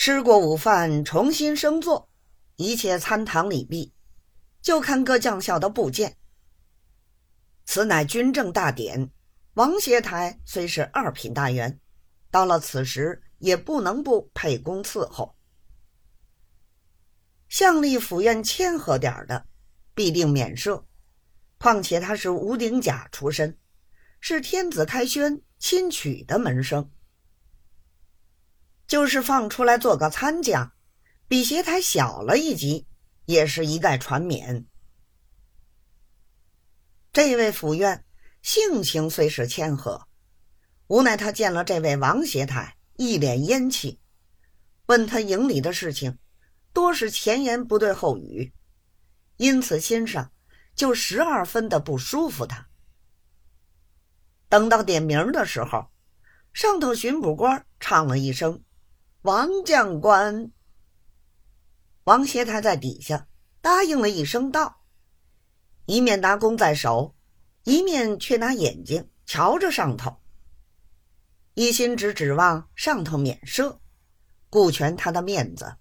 吃过午饭，重新升座，一切参堂礼毕，就看各将校的部件。此乃军政大典，王协台虽是二品大员，到了此时也不能不沛公伺候。向吏府院谦和点的，必定免赦，况且他是吴鼎甲出身，是天子开轩亲娶的门生，就是放出来做个参将，比协台小了一级，也是一概传免。这位府院性情虽是谦和，无奈他见了这位王协台一脸烟气，问他营里的事情，多是前言不对后语，因此心上就12分的不舒服他。等到点名的时候，上头巡捕官唱了一声王将官，王协台在底下答应了一声道，一面拿弓在手，一面却拿眼睛瞧着上头，一心只指望上头免赦，顾全他的面子。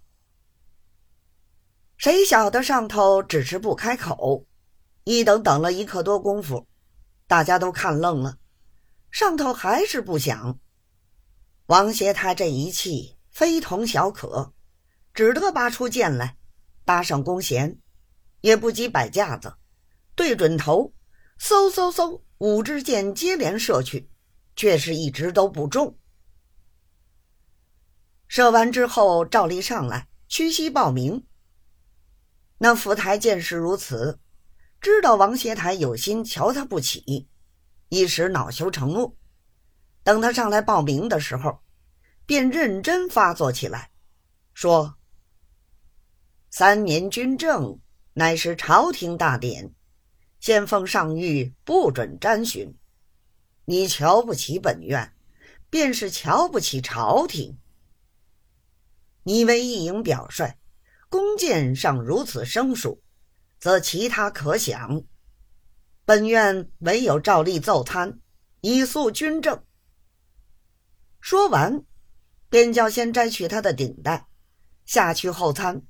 谁晓得上头只是不开口，一等等了1刻多功夫，大家都看愣了，上头还是不响。王协台这一气非同小可，只得拔出剑来，搭上弓弦，也不及摆架子，对准头，嗖嗖嗖，5支箭接连射去，却是一直都不中。射完之后，照例上来屈膝报名。那福台见势如此，知道王协台有心瞧他不起，一时恼羞成怒，等他上来报名的时候，便认真发作起来，说：3年军政乃是朝廷大典，先锋上谕不准沾巡，你瞧不起本院，便是瞧不起朝廷。你为一营表率，弓箭尚如此生疏，则其他可想。本院唯有照例奏参，以肃军政。说完，便叫先摘去他的顶戴，下去后参。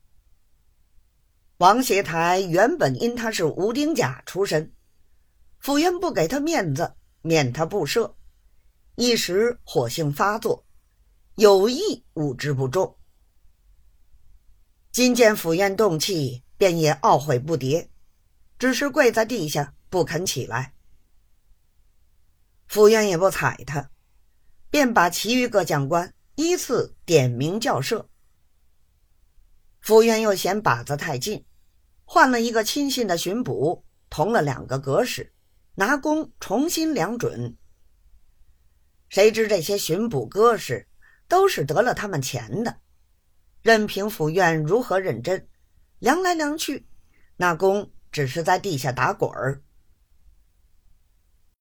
王协台原本因他是吴鼎甲出身，府院不给他面子，免他不赦，一时火性发作，有意5支不中。今见府院动气，便也懊悔不迭，只是跪在地下不肯起来。府院也不睬他，便把其余各将官依次点名校射。府院又嫌靶子太近，换了一个亲信的巡捕，同了2个格式，拿弓重新量准。谁知这些巡捕格式都是得了他们钱的，任凭府院如何认真，量来量去，那弓只是在地下打滚儿。